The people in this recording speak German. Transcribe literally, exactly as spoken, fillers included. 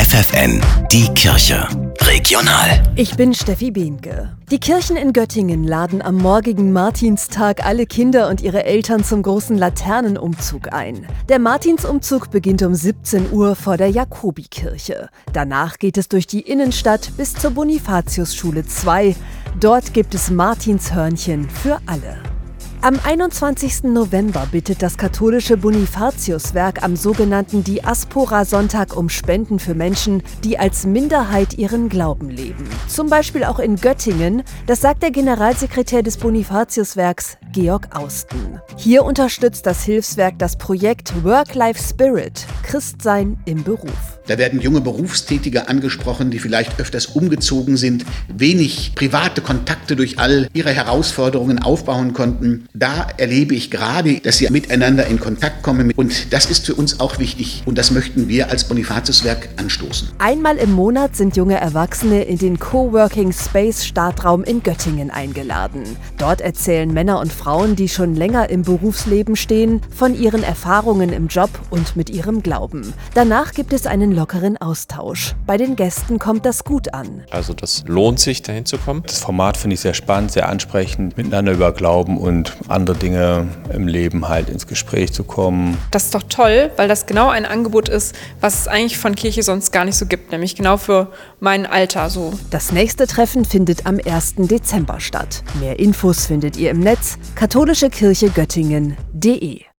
F F N, die Kirche. Regional. Ich bin Steffi Behnke. Die Kirchen in Göttingen laden am morgigen Martinstag alle Kinder und ihre Eltern zum großen Laternenumzug ein. Der Martinsumzug beginnt um siebzehn Uhr vor der Jakobikirche. Danach geht es durch die Innenstadt bis zur Bonifatiusschule zwei. Dort gibt es Martinshörnchen für alle. Am einundzwanzigsten November bittet das katholische Bonifatiuswerk am sogenannten Diaspora-Sonntag um Spenden für Menschen, die als Minderheit ihren Glauben leben. Zum Beispiel auch in Göttingen, das sagt der Generalsekretär des Bonifatiuswerks, Georg Austen. Hier unterstützt das Hilfswerk das Projekt Work-Life-Spirit, Christsein im Beruf. Da werden junge Berufstätige angesprochen, die vielleicht öfters umgezogen sind, wenig private Kontakte durch all ihre Herausforderungen aufbauen konnten. Da erlebe ich gerade, dass sie miteinander in Kontakt kommen. Und das ist für uns auch wichtig. Und das möchten wir als Bonifatiuswerk anstoßen. Einmal im Monat sind junge Erwachsene in den Coworking Space Startraum in Göttingen eingeladen. Dort erzählen Männer und Frauen, die schon länger im Berufsleben stehen, von ihren Erfahrungen im Job und mit ihrem Glauben. Danach gibt es einen lockeren Austausch. Bei den Gästen kommt das gut an. Also das lohnt sich, dahin zu kommen. Das Format finde ich sehr spannend, sehr ansprechend, miteinander über Glauben und andere Dinge im Leben halt ins Gespräch zu kommen. Das ist doch toll, weil das genau ein Angebot ist, was es eigentlich von Kirche sonst gar nicht so gibt, nämlich genau für mein Alter so. Das nächste Treffen findet am ersten Dezember statt. Mehr Infos findet ihr im Netz katholische kirche göttingen punkt de.